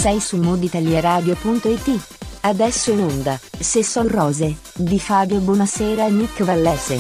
Sei su moditalieradio.it. Adesso in onda, Se son rose, di Fabio Bonasera e Nick Vallese.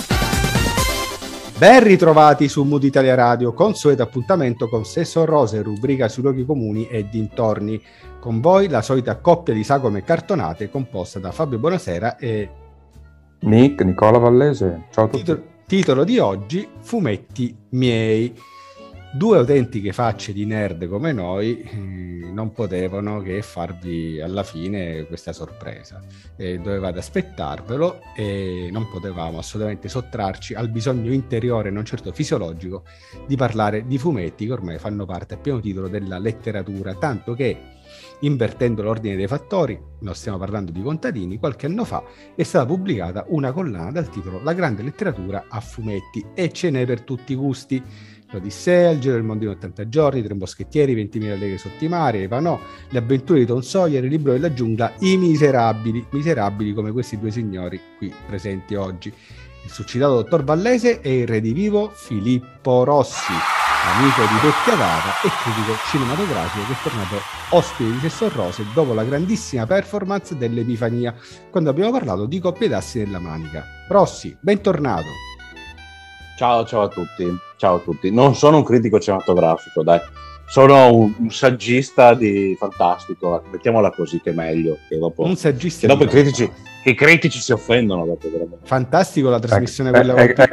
Ben ritrovati su Mood Italia Radio, consueto appuntamento con Se son rose, rubrica sui luoghi comuni e dintorni. Con voi la solita coppia di sagome cartonate composta da Fabio Bonasera e Nicola Vallese. Ciao a tutti. Titolo di oggi: Fumetti miei. Due autentiche facce di nerd come noi non potevano che farvi alla fine questa sorpresa. Dovevate aspettarvelo e non potevamo assolutamente sottrarci al bisogno interiore, non certo fisiologico, di parlare di fumetti che ormai fanno parte a pieno titolo della letteratura, tanto che, invertendo l'ordine dei fattori, non stiamo parlando di contadini, qualche anno fa è stata pubblicata una collana dal titolo La grande letteratura a fumetti, e ce n'è per tutti i gusti. L'Odissea, Il giro del mondo in 80 giorni, Tre moschettieri, 20.000 leghe sotto i mari, Evanò, Le avventure di Tom Sawyer, Il libro della giungla, I miserabili come questi due signori qui presenti oggi. Il suscitato dottor Vallese e il redivivo Filippo Rossi, amico di Vecchia Data e critico cinematografico, che è tornato ospite di Se son rose dopo la grandissima performance dell'Epifania, quando abbiamo parlato di coppie d'assi nella manica. Rossi, bentornato. Ciao a tutti. Ciao a tutti. Non sono un critico cinematografico, dai. Sono un saggista di fantastico, mettiamola così che è meglio. Che dopo, un saggista. Che dopo i critici si offendono. Dopo, fantastico la trasmissione quella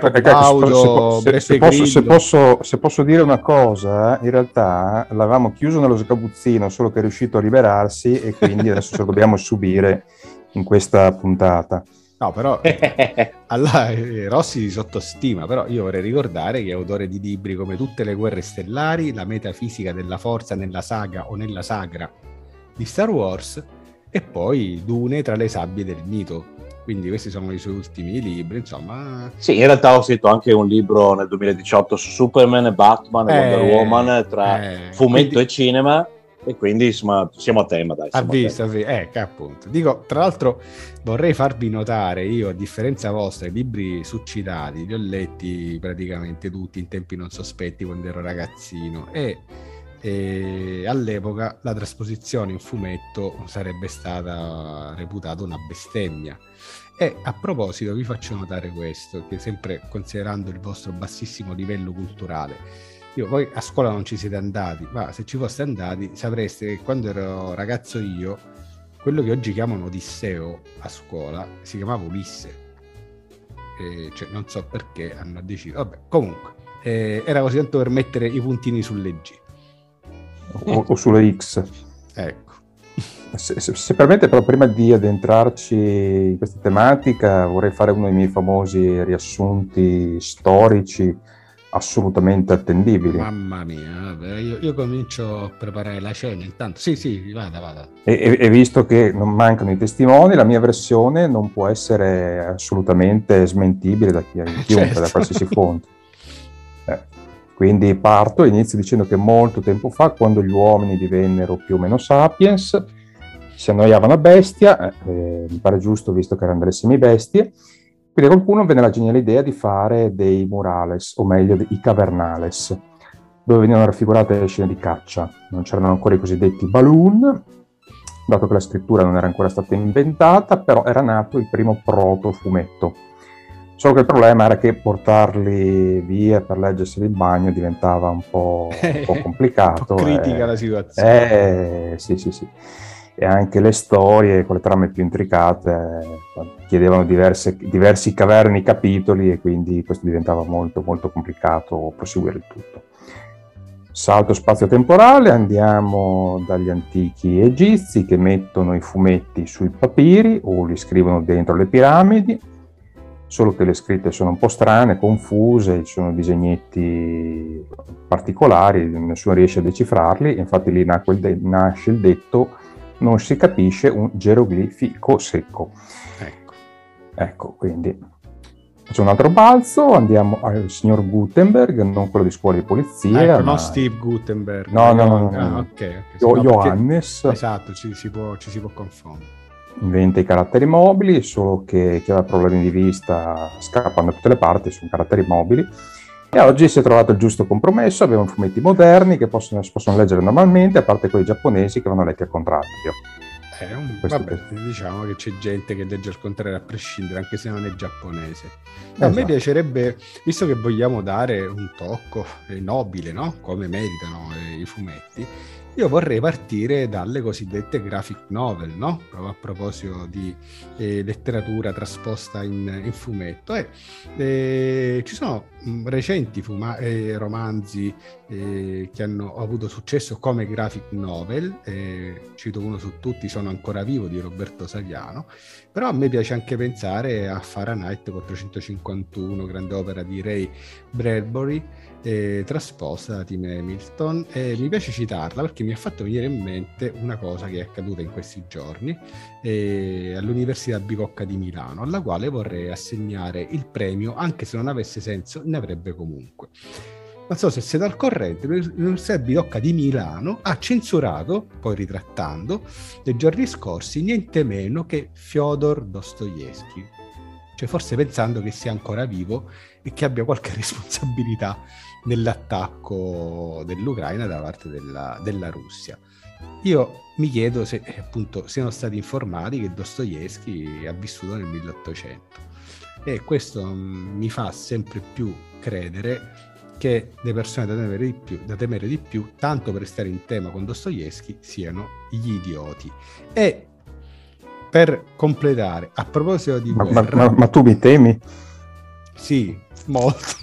se posso dire una cosa, in realtà l'avevamo chiuso nello sgabuzzino, solo che è riuscito a liberarsi e quindi adesso ce lo dobbiamo subire in questa puntata. No, però allora, Rossi si sottostima, però io vorrei ricordare che è autore di libri come Tutte le guerre stellari, La metafisica della forza nella saga o nella sagra di Star Wars, e poi Dune tra le sabbie del mito. Quindi questi sono i suoi ultimi libri, insomma. Sì, in realtà ho scritto anche un libro nel 2018 su Superman e Batman e Wonder Woman, tra fumetto e cinema. E quindi insomma siamo a tema, dai. Appunto. Dico, tra l'altro vorrei farvi notare, io a differenza vostra i libri succitati li ho letti praticamente tutti in tempi non sospetti quando ero ragazzino, e all'epoca la trasposizione in fumetto sarebbe stata reputata una bestemmia. E a proposito vi faccio notare questo, che sempre considerando il vostro bassissimo livello culturale, io poi a scuola non ci siete andati, ma se ci foste andati sapreste che quando ero ragazzo io, quello che oggi chiamano Odisseo a scuola si chiamava Ulisse. Cioè, non so perché hanno deciso, vabbè, comunque era così, tanto per mettere i puntini sulle G o sulle X. Ecco. Se permette, però, prima di addentrarci in questa tematica, vorrei fare uno dei miei famosi riassunti storici assolutamente attendibili. Mamma mia, vabbè, io comincio a preparare la cena intanto. Sì, vada. E visto che non mancano i testimoni, la mia versione non può essere assolutamente smentibile da chiunque, certo, da qualsiasi fonte. Quindi parto e inizio dicendo che molto tempo fa, quando gli uomini divennero più o meno sapiens, si annoiavano a bestia, mi pare giusto visto che erano delle semibestie. Quindi a qualcuno venne la geniale idea di fare dei murales, o meglio i cavernales, dove venivano raffigurate le scene di caccia. Non c'erano ancora i cosiddetti balloon, dato che la scrittura non era ancora stata inventata, però era nato il primo proto-fumetto. Solo che il problema era che portarli via per leggerseli in bagno diventava un po' complicato. Un po' critica la situazione. Sì. E anche le storie con le trame più intricate chiedevano diversi caverni capitoli, e quindi questo diventava molto molto complicato proseguire il tutto. Salto spazio-temporale, andiamo dagli antichi egizi che mettono i fumetti sui papiri o li scrivono dentro le piramidi, solo che le scritte sono un po' strane, confuse, ci sono disegnetti particolari, nessuno riesce a decifrarli, infatti lì nasce il detto non si capisce un geroglifico secco. Ecco, quindi faccio un altro balzo, andiamo al signor Gutenberg, non quello di scuola di polizia. Non Steve Gutenberg. No. Okay. Johannes. Esatto, ci si può confondere. Inventa i caratteri mobili, solo che chi aveva problemi di vista scappano da tutte le parti, sono caratteri mobili. E oggi si è trovato il giusto compromesso, abbiamo fumetti moderni che si possono leggere normalmente, a parte quelli giapponesi che vanno letti al contrario. Vabbè, diciamo che c'è gente che legge al contrario a prescindere, anche se non è giapponese. A me piacerebbe, visto che vogliamo dare un tocco nobile, no? Come meritano i fumetti, io vorrei partire dalle cosiddette graphic novel, no? Proprio a proposito di letteratura trasposta in fumetto. Ci sono recenti romanzi che hanno avuto successo come graphic novel, cito uno su tutti, Sono ancora vivo di Roberto Saviano, però a me piace anche pensare a Fahrenheit 451, grande opera di Ray Bradbury, trasposta da Tim Hamilton, e mi piace citarla perché mi ha fatto venire in mente una cosa che è accaduta in questi giorni all'Università Bicocca di Milano, alla quale vorrei assegnare il premio, anche se non avesse senso, ne avrebbe comunque. Non so se siete al corrente, l'Università Bicocca di Milano ha censurato, poi ritrattando, nei giorni scorsi, niente meno che Fyodor Dostoevskij, cioè forse pensando che sia ancora vivo e che abbia qualche responsabilità nell'attacco dell'Ucraina da parte della Russia. Io mi chiedo se appunto siano stati informati che Dostoevskij ha vissuto nel 1800, e questo mi fa sempre più credere che le persone da temere di più, tanto per stare in tema con Dostoevskij, siano gli idioti. E per completare, a proposito di guerra... Ma tu mi temi? Sì, molto.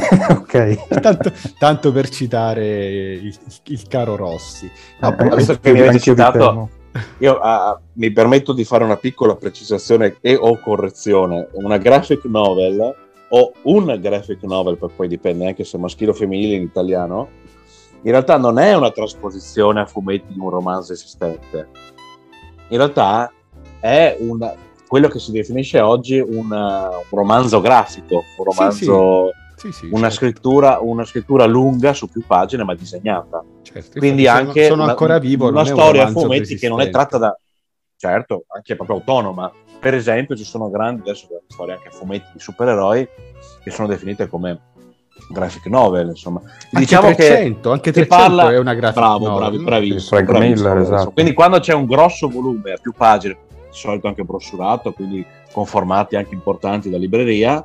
Ok. Tanto per citare il caro Rossi. Visto che mi avete citato, io mi permetto di fare una piccola precisazione o correzione. Una graphic novel o un graphic novel, per poi dipende anche se maschile o femminile in italiano, in realtà non è una trasposizione a fumetti di un romanzo esistente. In realtà è quello che si definisce oggi un romanzo grafico, un romanzo, sì, una scrittura lunga su più pagine ma disegnata. Certo, quindi anche sono ancora vivo, una storia a fumetti che non è tratta da, certo, anche proprio autonoma. Per esempio ci sono grandi, adesso storie anche a fumetti di supereroi che sono definite come graphic novel, insomma. Anche diciamo 300, anche 300 è una graphic novel. Bravissimo. Miller, esatto. Quindi quando c'è un grosso volume a più pagine, di solito anche brossurato, quindi con formati anche importanti da libreria,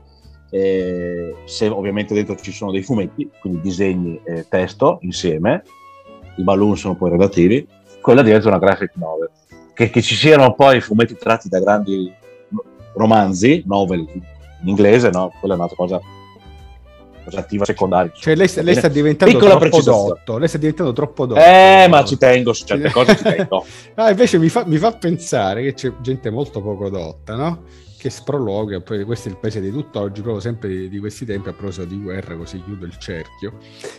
se ovviamente dentro ci sono dei fumetti, quindi disegni e testo insieme, i balloon sono poi relativi, quella diventa una graphic novel. Che ci siano poi fumetti tratti da grandi romanzi, novel in inglese, no? Quella è un'altra cosa attiva secondaria. Cioè lei sta diventando troppo dotto. Lei sta diventando troppo dotto. Ma ci tengo, su certe cose ci tengo. Invece mi fa pensare che c'è gente molto poco dotta, no? Che sprologa, poi questo è il paese di tutt'oggi, proprio sempre di questi tempi, a proposito di guerra, così chiudo il cerchio.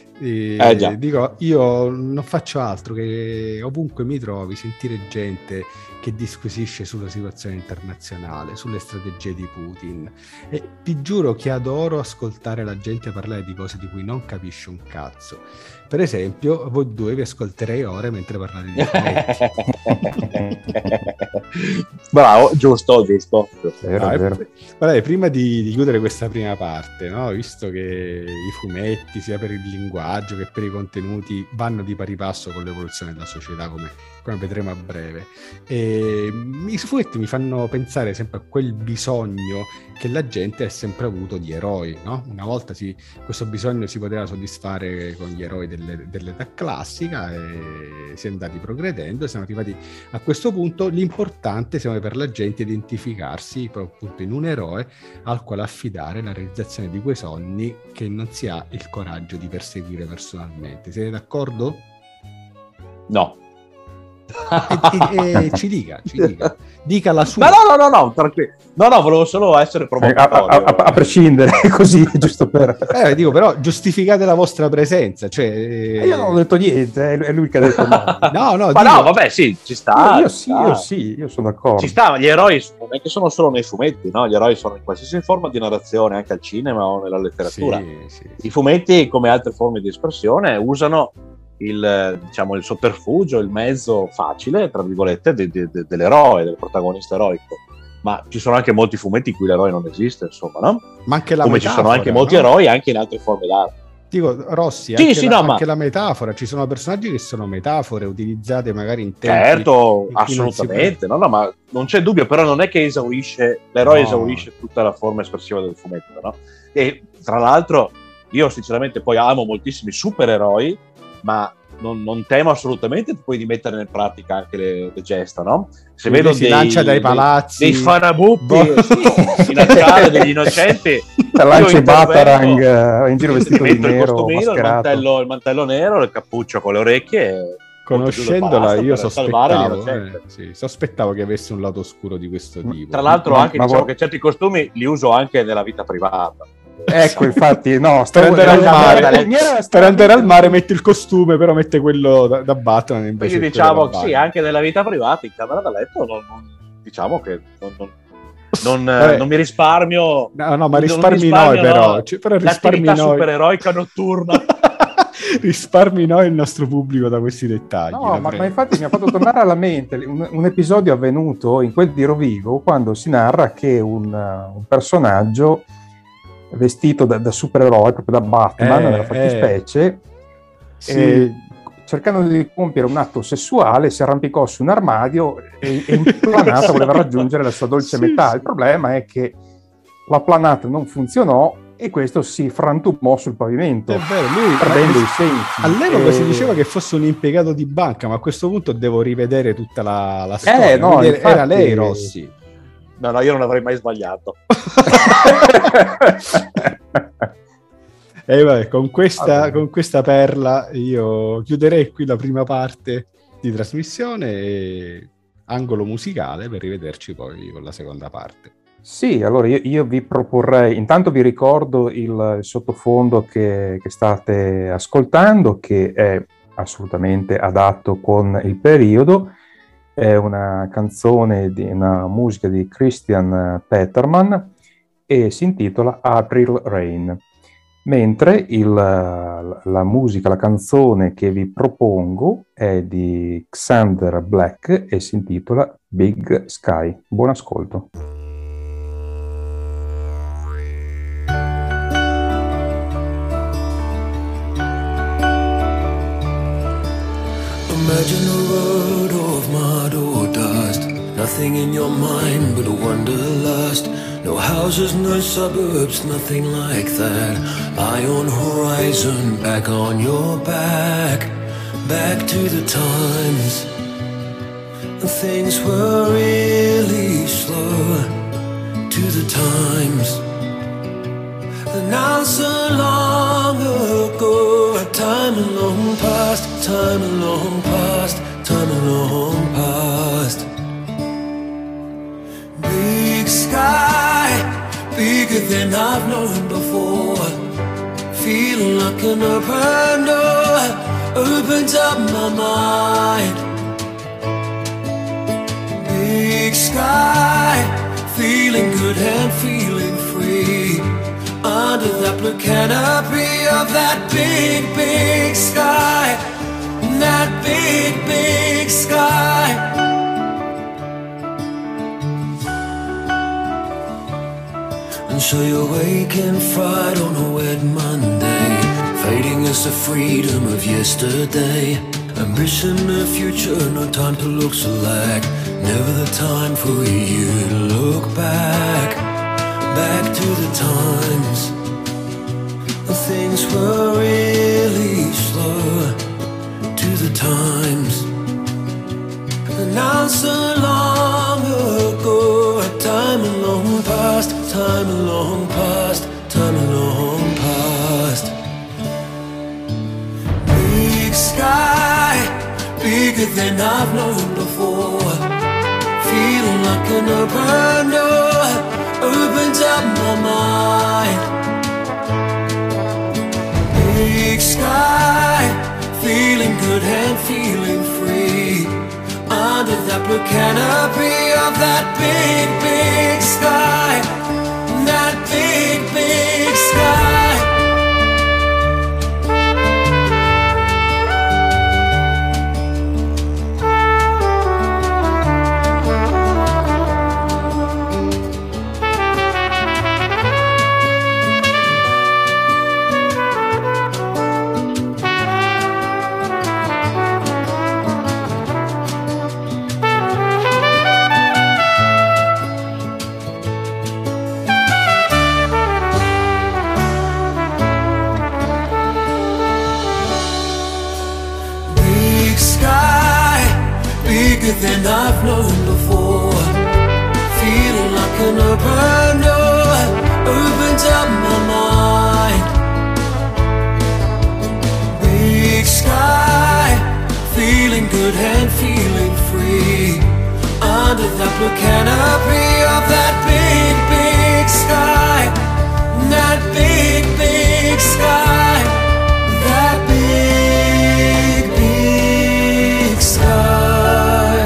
Dico, io non faccio altro che ovunque mi trovi sentire gente che disquisisce sulla situazione internazionale, sulle strategie di Putin, e vi giuro che adoro ascoltare la gente parlare di cose di cui non capisce un cazzo. Per esempio, voi due vi ascolterei ore mentre parlate di fumetti. Bravo, giusto. Guardate, prima di chiudere questa prima parte, no? Visto che i fumetti, sia per il linguaggio che per i contenuti, vanno di pari passo con l'evoluzione della società, come vedremo a breve, i fumetti mi fanno pensare sempre a quel bisogno che la gente ha sempre avuto di eroi, no? Una volta questo bisogno si poteva soddisfare con gli eroi dell'età classica, e si è andati progredendo, siamo arrivati a questo punto. L'importante sembra per la gente identificarsi proprio appunto in un eroe al quale affidare la realizzazione di quei sogni che non si ha il coraggio di perseguire personalmente. Siete d'accordo? No. Ci dica la sua. No, tranquillo. No, volevo solo essere provocatorio. A prescindere, così, giusto per... Dico, però giustificate la vostra presenza, cioè... Io non ho detto niente, è lui che ha detto no. No, vabbè, sì, ci sta. Io sono d'accordo. Ci sta, gli eroi non è che sono solo nei fumetti, no? Gli eroi sono in qualsiasi forma di narrazione, anche al cinema o nella letteratura. Sì. I fumetti, come altre forme di espressione, usano il sotterfugio, il mezzo facile, tra virgolette, dell'eroe, del protagonista eroico. ma ci sono anche molti fumetti in cui l'eroe non esiste, insomma, no? Ma anche la come metafora, ci sono anche molti eroi anche in altre forme d'arte. Dico, Rossi, Sì, anche la metafora, ci sono personaggi che sono metafore utilizzate magari in tempi... Certo, assolutamente, no, ma non c'è dubbio, però non è che l'eroe esaurisce tutta la forma espressiva del fumetto, no? E tra l'altro io sinceramente poi amo moltissimi supereroi, ma non temo assolutamente poi di mettere in pratica anche le gesta, no? Se vedo si lancia dai palazzi, dei fanabuppi in degli innocenti, lancia i Batarang in giro vestito di nero, il mantello nero, il cappuccio con le orecchie. Conoscendola io sospettavo che avesse un lato oscuro di questo tipo. Tra l'altro diciamo che certi costumi li uso anche nella vita privata. Ecco, infatti, no, per andare al mare metti il costume, però mette quello da Batman invece. Quindi diciamo sì, anche nella vita privata, in camera da letto, diciamo che non mi risparmio. No, ma risparmi noi, però. Però l'attività supereroica notturna. Risparmi noi il nostro pubblico da questi dettagli. No, ma infatti mi ha fatto tornare alla mente un episodio avvenuto in quel di Rovigo, quando si narra che un personaggio vestito da supereroe, proprio da Batman nella fattispecie, cercando di compiere un atto sessuale, si arrampicò su un armadio e in planata voleva raggiungere la sua dolce metà. Il problema è che la planata non funzionò e questo si frantumò sul pavimento, perdendo i sensi. All'epoca si diceva che fosse un impiegato di banca, ma a questo punto devo rivedere tutta la storia. No, infatti... Era lei, Rossi. No, io non avrei mai sbagliato. E vabbè, con questa perla io chiuderei qui la prima parte di trasmissione e angolo musicale per rivederci poi con la seconda parte. Sì, allora io vi proporrei, intanto vi ricordo il sottofondo che state ascoltando, che è assolutamente adatto con il periodo. È una canzone una musica di Christian Peterman e si intitola April Rain, mentre la musica, la canzone che vi propongo è di Xander Black e si intitola Big Sky. Buon ascolto. Imagine a world of mud or dust, nothing in your mind but a wanderlust. No houses, no suburbs, nothing like that. Eye on horizon, back on your back. Back to the times things were really slow. To the times now so long ago. Time alone past, time alone past, time alone past. Big sky, bigger than I've known before. Feeling like an open door opens up my mind. Big sky, feeling good and feeling free. Under that blue canopy of that big, big sky. That big, big sky. And so you wake in fright on a wet Monday, fading as the freedom of yesterday. Ambition, the future, no time to look so slack. Never the time for you to look back. Back to the times things were really slow. To the times now so long ago. Time alone past, time alone past, time alone past. Big sky, bigger than I've known before. Feeling like an open door opens up my mind. Big sky, feeling good and feeling free. Under that blue canopy of that big, big sky. That big, big sky. than I've known before. Feeling like an opener opened up my mind. Big sky, feeling good and feeling free. Under that blue canopy of that big, big sky. That big, big sky. That big, big sky.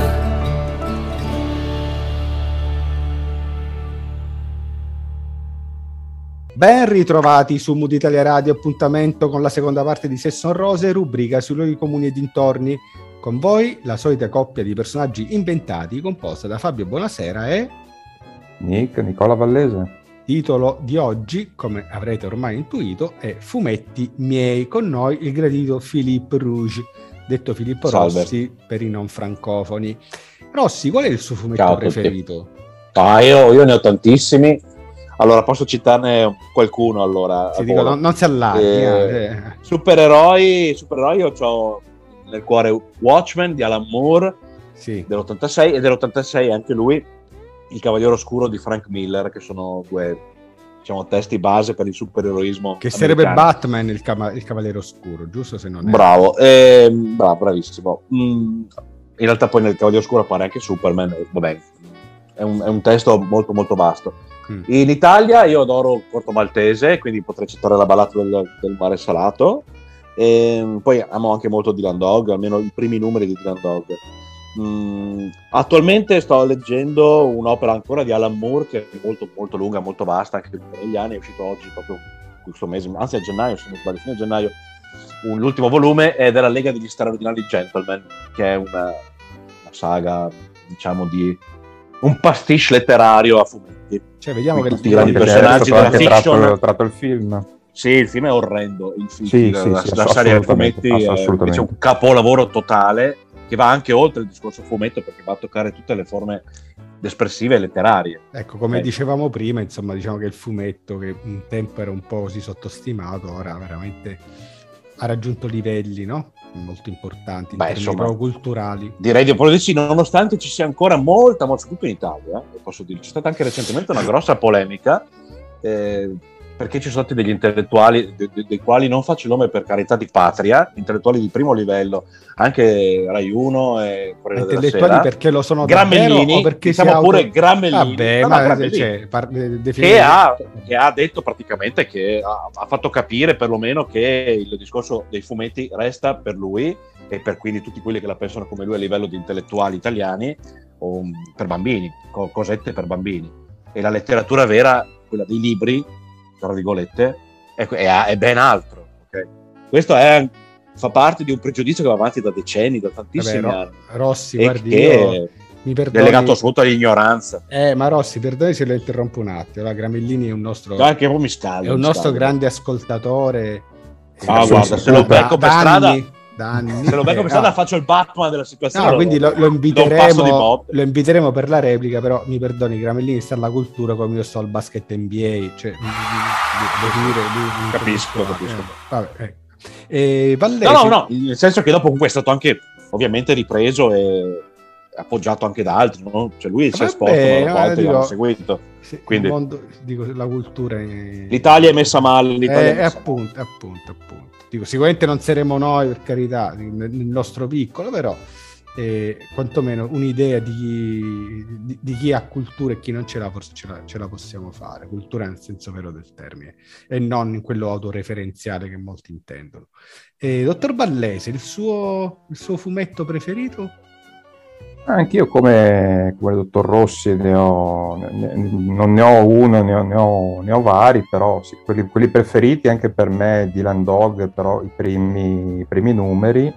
Ben ritrovati su Mood Italia Radio, appuntamento con la seconda parte di Se son rose, rubrica sui luoghi comuni e dintorni. Con voi la solita coppia di personaggi inventati composta da Fabio Bonasera e Nicola Vallese. Titolo di oggi, come avrete ormai intuito, è Fumetti miei. Con noi il gradito Philippe Rouge, detto Filippo Salve. Rossi per i non francofoni. Rossi, qual è il suo fumetto preferito? Io ne ho tantissimi. Allora, posso citarne qualcuno? Allora, Ti dico, non si allarghi. Supereroi, io ho nel cuore Watchmen di Alan Moore, Sì. dell'86, e dell'86 anche lui Il Cavaliere Oscuro di Frank Miller, che sono due, diciamo, testi base per il supereroismo Che sarebbe americano. Batman il Cavaliere Oscuro, giusto? Se non è... Bravo, bravissimo. In realtà poi nel Cavaliere Oscuro appare anche Superman, vabbè, è un testo molto molto vasto. In Italia io adoro Corto Maltese, quindi potrei citare La ballata del mare salato. Poi amo anche molto Dylan Dog, almeno i primi numeri di Dylan Dog. Attualmente sto leggendo un'opera ancora di Alan Moore che è molto molto lunga, molto vasta, anche negli anni. È uscito oggi, proprio questo mese, anzi a gennaio, se non sbaglio, fine gennaio, l'ultimo volume è della Lega degli Straordinari Gentlemen, che è una saga, diciamo, di un pastiche letterario a fumetti. Cioè, vediamo che tutti i grandi personaggi della fiction. Tratto il film. Sì, il film è orrendo. La sì, serie a fumetti è invece un capolavoro totale che va anche oltre il discorso fumetto, perché va a toccare tutte le forme espressive e letterarie. Ecco, come dicevamo prima, insomma, diciamo che il fumetto, che un tempo era un po' così sottostimato, ora veramente ha raggiunto livelli, no? Molto importanti in termini proprio culturali. Direi di sì, nonostante ci sia ancora molta, soprattutto in Italia, posso dire, c'è stata anche recentemente una grossa polemica, perché ci sono stati degli intellettuali dei quali non faccio il nome per carità di patria, intellettuali di primo livello, anche Rai 1 e Corriere della Sera, perché lo sono Grammellini, davvero, o perché diciamo pure Grammellini, Grammellini. Che ha detto praticamente, che ha fatto capire perlomeno che il discorso dei fumetti resta per lui e per quindi tutti quelli che la pensano come lui a livello di intellettuali italiani, o per bambini, cosette per bambini, e la letteratura vera, quella dei libri, tra virgolette, è ben altro. Okay? Questo fa parte di un pregiudizio che va avanti da decenni, da tantissimi anni. Rossi, guardi, che mi perdoni, è legato assoluto all'ignoranza. Ma Rossi, perdoni se lo interrompo un attimo. La Gramellini è un nostro, anche mi scaldo, è un nostro grande ascoltatore. Guarda, se lo becco per strada, se lo becco per strada faccio il Batman della situazione. No, quindi lo inviteremo per la replica, però mi perdoni, Gramellini sta alla cultura come io sto al basket NBA, cioè capisco. Vabbè, Vallesi... No, nel senso che dopo comunque è stato anche ovviamente ripreso e appoggiato anche da altri, no? Cioè lui si è esposto, ma altri l'hanno seguito. Sì, quindi la cultura l'Italia è messa male, appunto. Dico, sicuramente non saremo noi, per carità, nel nostro piccolo, però quantomeno un'idea di chi ha cultura e chi non ce l'ha, forse ce la possiamo fare. Cultura nel senso vero del termine e non in quello autoreferenziale che molti intendono. Dottor Vallese, il suo fumetto preferito? Anch'io come il dottor Rossi non ne ho uno, ne ho vari, però sì, quelli preferiti anche per me, Dylan Dog, però i primi numeri.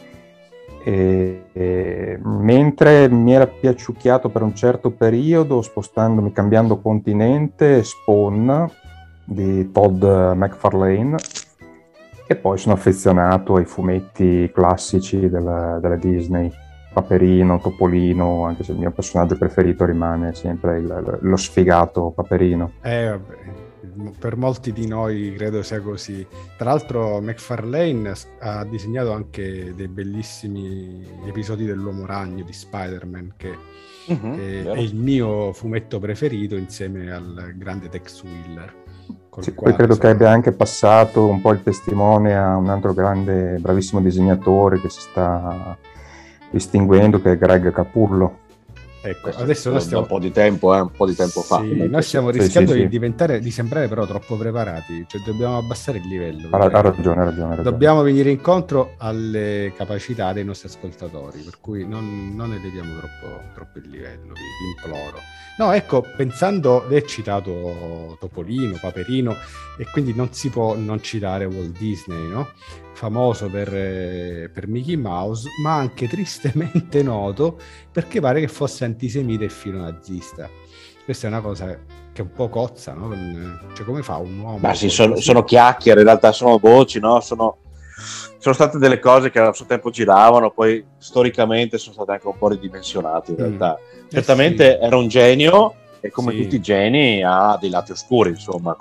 Mentre mi era piaciucchiato per un certo periodo, cambiando continente, Spawn di Todd McFarlane, e poi sono affezionato ai fumetti classici della Disney, Paperino, Topolino, anche se il mio personaggio preferito rimane sempre lo sfigato Paperino. Vabbè. per molti di noi credo sia così. Tra l'altro McFarlane ha disegnato anche dei bellissimi episodi dell'Uomo Ragno di Spider-Man, che è il mio fumetto preferito insieme al grande Tex Willer. Sì, poi credo che abbia anche passato un po' il testimone a un altro grande, bravissimo disegnatore che si sta distinguendo, che è Greg Capullo. Ecco, adesso noi stiamo un po' di tempo fa. Sì, noi stiamo rischiando di sembrare però troppo preparati, cioè dobbiamo abbassare il livello. Ha ragione. Dobbiamo venire incontro alle capacità dei nostri ascoltatori, per cui non eleviamo troppo il livello, vi imploro. No, ecco, pensando, lei ha citato Topolino, Paperino, e quindi non si può non citare Walt Disney, no? Famoso per Mickey Mouse, ma anche tristemente noto perché pare che fosse antisemita e filonazista. Questa è una cosa che un po' cozza, no? Cioè, come fa un uomo? Ma sì, sono chiacchiere, in realtà sono voci, no? Sono state delle cose che al suo tempo giravano, poi storicamente sono state anche un po' ridimensionate in realtà. Certamente sì. Era un genio e come tutti i geni ha dei lati oscuri, insomma,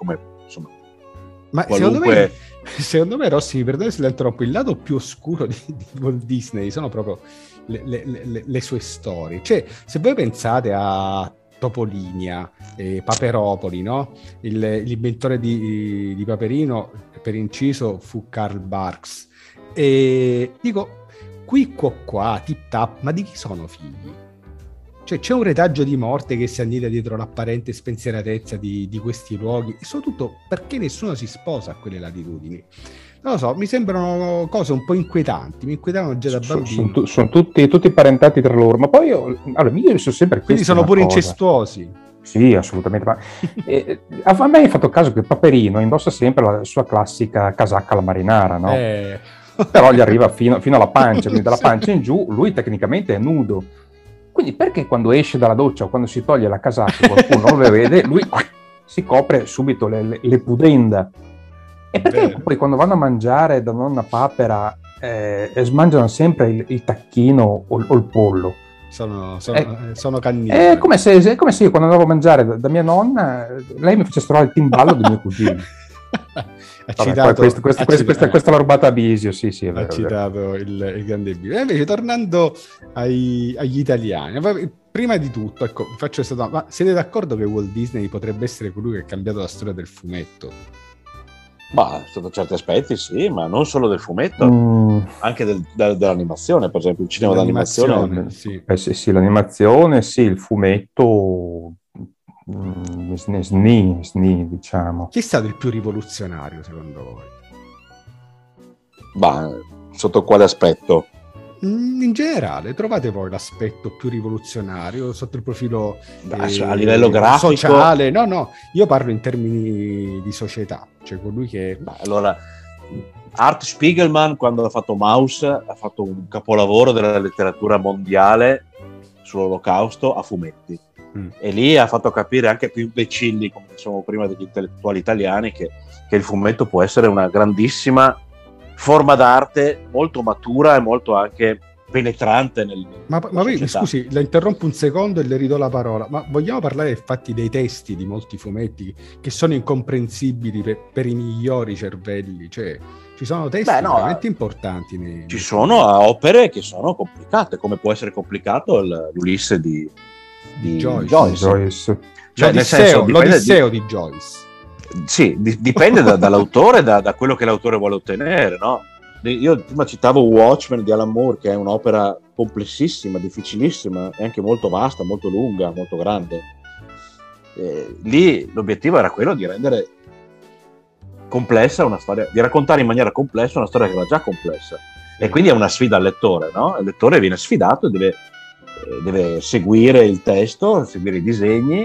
ma qualunque... secondo me Rossi, mi perdoni se la interrompo, il lato più oscuro di Walt Disney sono proprio le sue storie. Cioè, se voi pensate a Topolinia, Paperopoli, no? L'inventore di Paperino, per inciso, fu Karl Barks. E dico, qui qua, tip tap, ma di chi sono figli? Cioè, c'è un retaggio di morte che si annida dietro l'apparente spensieratezza di questi luoghi, e soprattutto perché nessuno si sposa a quelle latitudini. Non lo so, mi sembrano cose un po' inquietanti, mi inquietavano già da bambino. Sono tutti parentati tra loro, ma poi io sono sempre... Quindi sono pure incestuosi. Sì, assolutamente. Ma a me hai fatto caso che Paperino indossa sempre la sua classica casacca alla marinara, no? Però gli arriva fino alla pancia, quindi dalla pancia in giù lui tecnicamente è nudo. Quindi perché quando esce dalla doccia o quando si toglie la casacca qualcuno non lo vede, lui si copre subito le pudenda? E perché poi quando vanno a mangiare da nonna Papera smangiano sempre il tacchino o il pollo? Sono cannibali. È come se io quando andavo a mangiare da mia nonna, lei mi facesse trovare il timballo di mio cugino. Questa l'ho rubata a Bisio, sì, è vero. Ha citato il grande Bisio. Invece, tornando agli italiani, prima di tutto, ecco, faccio questa domanda: ma siete d'accordo che Walt Disney potrebbe essere colui che ha cambiato la storia del fumetto? Ma sotto certi aspetti sì, ma non solo del fumetto, anche dell'animazione, per esempio il cinema d'animazione. Sì. Sì, l'animazione, sì, il fumetto... SNI, diciamo. Chi è stato il più rivoluzionario secondo voi? Ma sotto quale aspetto? In generale, trovate voi l'aspetto più rivoluzionario sotto il profilo a livello grafico, sociale? No, io parlo in termini di società, cioè colui che... Allora, Art Spiegelman, quando ha fatto Maus, ha fatto un capolavoro della letteratura mondiale sull'Olocausto a fumetti. E lì ha fatto capire anche più imbecilli, come dicevamo prima, degli intellettuali italiani, che il fumetto può essere una grandissima forma d'arte, molto matura e molto anche penetrante ma poi, scusi, la interrompo un secondo e le ridò la parola, ma vogliamo parlare infatti dei testi di molti fumetti che sono incomprensibili per i migliori cervelli? Cioè, ci sono testi veramente importanti ci sono opere che sono complicate, come può essere complicato l'Ulisse di Joyce. Cioè, l'Odisseo di Joyce. Sì, dipende dall'autore, da quello che l'autore vuole ottenere, no? Io prima citavo Watchmen di Alan Moore, che è un'opera complessissima, difficilissima, e anche molto vasta, molto lunga, molto grande. Lì l'obiettivo era quello di rendere complessa una storia, di raccontare in maniera complessa una storia che era già complessa. E quindi è una sfida al lettore, no? Il lettore viene sfidato e deve seguire il testo, seguire i disegni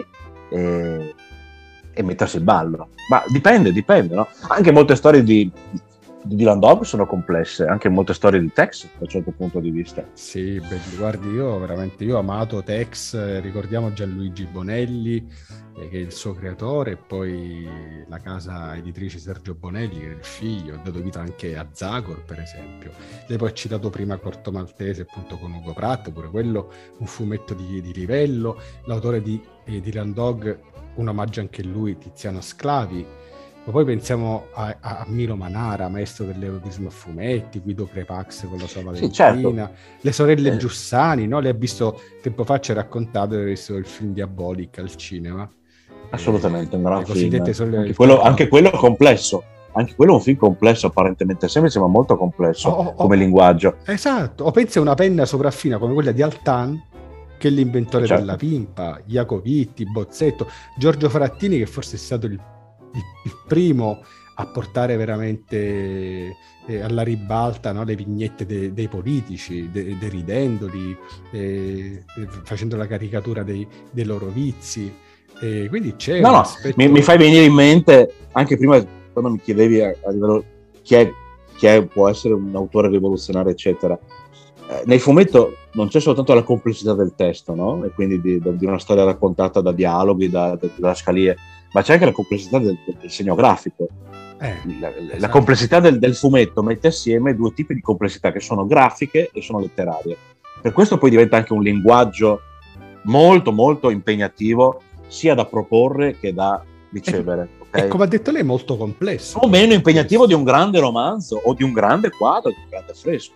e mettersi in ballo. Ma dipende, no? Anche molte storie di Dylan Dog sono complesse, anche molte storie di Tex da un certo punto di vista. Sì, guardi, io ho amato Tex, ricordiamo Gianluigi Bonelli, che è il suo creatore, e poi la casa editrice Sergio Bonelli, che è il figlio, ha dato vita anche a Zagor, per esempio. Lei poi ha citato prima Corto Maltese, appunto, con Ugo Pratt, pure quello un fumetto di livello. L'autore di Dylan Dog un omaggio anche lui, Tiziano Sclavi, ma poi pensiamo a Milo Manara, maestro dell'erotismo a fumetti, Guido Crepax con la sua Valentina, certo. le sorelle Giussani, no? Lei ha visto, tempo fa ci ha raccontato di aver visto il film Diabolic al cinema. Assolutamente, un gran film. Anche quello è complesso. Anche quello è un film complesso, apparentemente semplice, ma molto complesso come linguaggio. Esatto, o pensi a una penna sopraffina come quella di Altan, che è l'inventore della pimpa, Iacovitti, Bozzetto, Giorgio Frattini, che forse è stato il primo a portare veramente alla ribalta, no, le vignette dei politici, deridendoli, facendo la caricatura dei loro vizi. Quindi c'è un aspetto... mi fai venire in mente, anche prima quando mi chiedevi a livello chi può essere un autore rivoluzionario, eccetera. Nel fumetto non c'è soltanto la complessità del testo, no? E quindi di una storia raccontata da dialoghi, da scaliere, ma c'è anche la complessità del segno grafico. La complessità del fumetto mette assieme due tipi di complessità, che sono grafiche e sono letterarie. Per questo poi diventa anche un linguaggio molto molto impegnativo, sia da proporre che da ricevere. E come ha detto lei, è molto complesso. O meno impegnativo di un grande romanzo o di un grande quadro, di un grande fresco.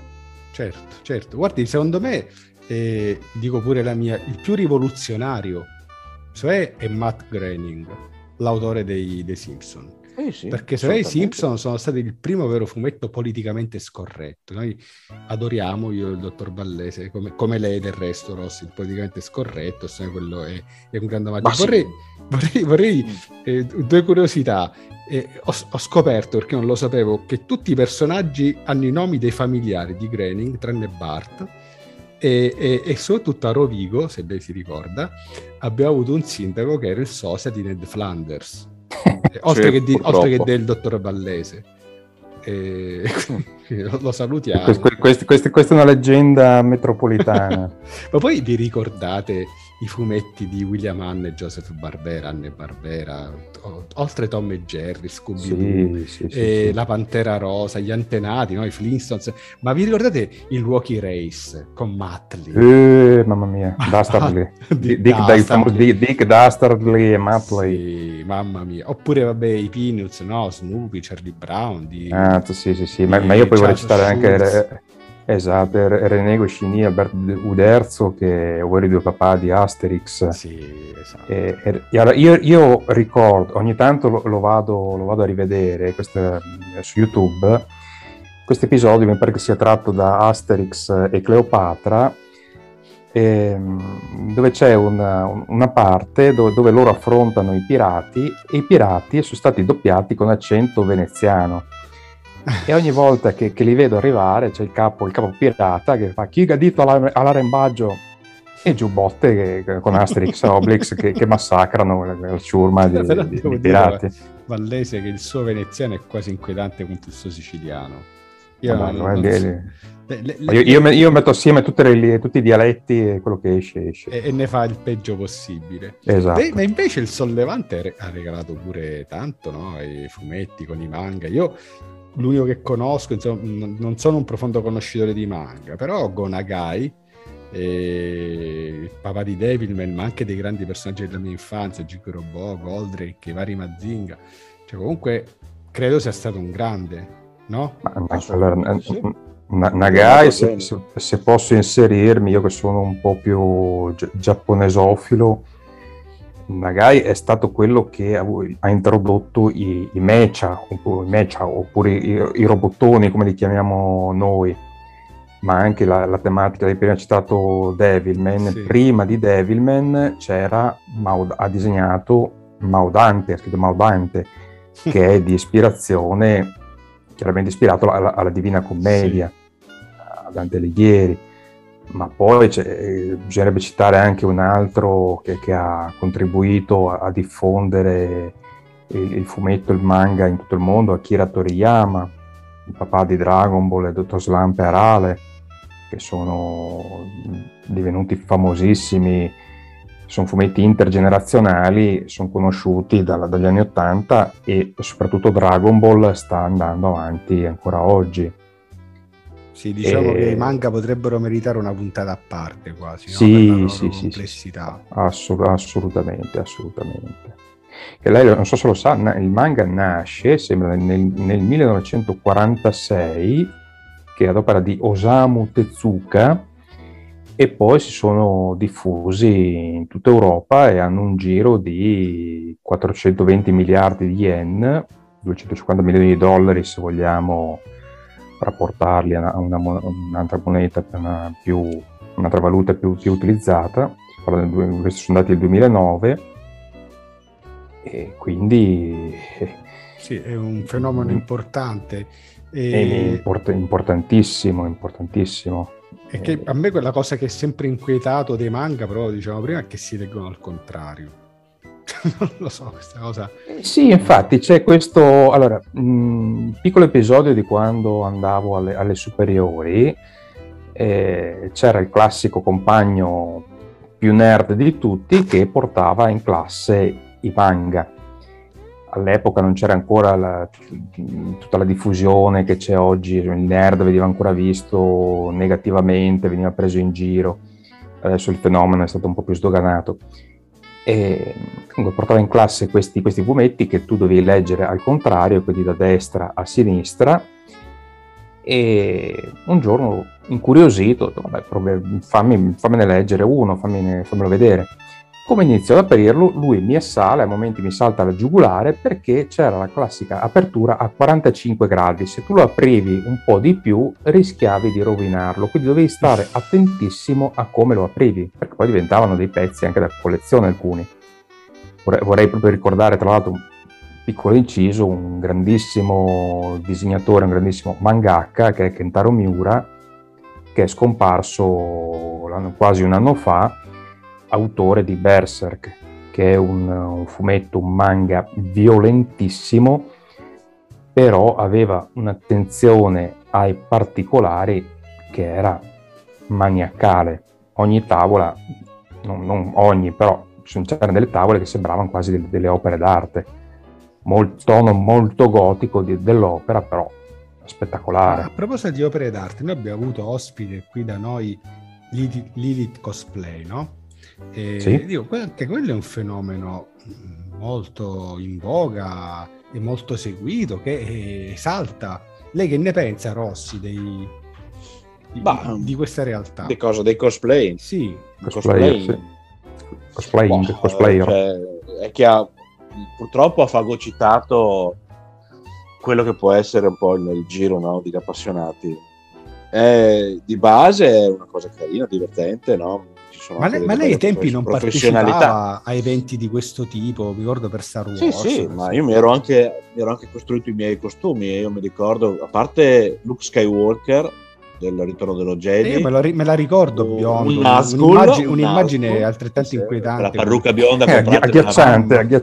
Certo. Guardi, secondo me, dico pure la mia, il più rivoluzionario, cioè è Matt Groening, l'autore dei Simpson. Sì, perché se i Simpson sono stati il primo vero fumetto politicamente scorretto. Noi adoriamo, io e il dottor Vallese, come lei del resto, Rossi, il politicamente scorretto, quello è un grande omaggio. Vorrei due curiosità. Ho scoperto, perché non lo sapevo, che tutti i personaggi hanno i nomi dei familiari di Groening, tranne Bart, e soprattutto a Rovigo, se lei si ricorda, abbiamo avuto un sindaco che era il sosia di Ned Flanders. Oltre che del dottor Vallese, lo salutiamo. Questa è una leggenda metropolitana. Ma poi vi ricordate i fumetti di William Hanna e Joseph Barbera, Hanna e Barbera, oltre Tom e Jerry, Scooby-Doo, sì. La Pantera Rosa, gli Antenati, no? I Flintstones, ma vi ricordate il Rocky Race con Muttley? Mamma mia, Dastardly. Dick Dastardly e Muttley. Sì, mamma mia. Oppure vabbè i Peanuts, no? Snoopy, Charlie Brown. Sì. Ma io poi vorrei citare anche René Goscinny, Albert Uderzo, che è i due papà di Asterix. Sì, esatto. E allora io ricordo, ogni tanto lo vado a rivedere su YouTube. Questo episodio mi pare che sia tratto da Asterix e Cleopatra, dove c'è una parte dove loro affrontano i pirati, e i pirati sono stati doppiati con accento veneziano. E ogni volta che li vedo arrivare c'è il capo pirata che fa chi ha detto all'arembaggio, e giù botte con Asterix e Obelix che massacrano la ciurma di pirati. Vallese, che il suo veneziano è quasi inquietante quanto il suo siciliano. Io metto assieme tutti i dialetti e quello che esce. E ne fa il peggio possibile. Esatto. Ma invece il Sollevante ha regalato pure tanto, no? I fumetti con i manga. Io l'unico che conosco, insomma, non sono un profondo conoscitore di manga, però Go Nagai, il papà di Devilman, ma anche dei grandi personaggi della mia infanzia, Gico Robot, Goldrake, i vari Mazinga, cioè comunque credo sia stato un grande, no? Nagai, se posso inserirmi, io che sono un po' più giapponesofilo, Nagai è stato quello che ha introdotto i mecha, oppure i robottoni, come li chiamiamo noi, ma anche la tematica di prima citato Devilman. Sì. Prima di Devilman ha disegnato Maudante, ha scritto Maudante, che è di ispirazione, chiaramente ispirato alla Divina Commedia, a Dante Alighieri. Ma poi bisognerebbe citare anche un altro che ha contribuito a diffondere il fumetto, il manga in tutto il mondo, Akira Toriyama, il papà di Dragon Ball e Dottor Slump e Arale, che sono divenuti famosissimi. Sono fumetti intergenerazionali, sono conosciuti dagli anni '80, e soprattutto Dragon Ball sta andando avanti ancora oggi. Sì, diciamo che i manga potrebbero meritare una puntata a parte quasi, sì, no? sì, complessità. Assolutamente. Che lei, non so se lo sa, il manga nasce, sembra, nel 1946, che è ad opera di Osamu Tezuka, e poi si sono diffusi in tutta Europa e hanno un giro di 420 miliardi di yen, 250 milioni di dollari se vogliamo rapportarli a un'altra moneta, un'altra valuta più utilizzata. Questi sono dati del 2009 e quindi sì, è un fenomeno importante importantissimo. E che a me quella cosa che è sempre inquietato dei manga, però diciamo prima, è che si leggono al contrario. Non lo so, questa cosa. Sì, infatti c'è questo, allora, piccolo episodio di quando andavo alle superiori, c'era il classico compagno più nerd di tutti che portava in classe i manga. All'epoca non c'era ancora tutta la diffusione che c'è oggi, il nerd veniva ancora visto negativamente, veniva preso in giro. Adesso il fenomeno è stato un po' più sdoganato. E comunque portava in classe questi fumetti che tu dovevi leggere al contrario, quindi da destra a sinistra, e un giorno incuriosito ho detto, vabbè, fammene leggere uno, fammelo vedere. Come inizio ad aprirlo, lui mi assale, a momenti mi salta la giugulare, perché c'era la classica apertura a 45 gradi. Se tu lo aprivi un po' di più, rischiavi di rovinarlo, quindi dovevi stare attentissimo a come lo aprivi, perché poi diventavano dei pezzi anche da collezione alcuni. Vorrei proprio ricordare, tra l'altro, un piccolo inciso, un grandissimo disegnatore, un grandissimo mangaka, che è Kentaro Miura, che è scomparso quasi un anno fa, autore di Berserk, che è un fumetto, un manga violentissimo, però aveva un'attenzione ai particolari che era maniacale. Ogni tavola, non ogni, però c'erano delle tavole che sembravano quasi delle opere d'arte, tono molto gotico dell'opera, però spettacolare. A proposito di opere d'arte, noi abbiamo avuto ospite qui da noi Lilith Cosplay, no? Sì. Dico, anche quello è un fenomeno molto in voga e molto seguito, che esalta. Lei che ne pensa, Rossi, di questa realtà? Di cosa? Dei cosplay? Sì. Cosplayer. Cioè, è che purtroppo ha fagocitato quello che può essere un po' il giro, no, degli appassionati. Di base è una cosa carina, divertente, no? Ma lei ai tempi non partecipava a eventi di questo tipo? Mi ricordo per Star Wars. Sì, ma io mi ero anche costruito i miei costumi, e io mi ricordo, a parte Luke Skywalker del Ritorno dello Jedi, io me la ricordo biondo, un'immagine altrettanto inquietante, la parrucca bionda agghiacciante,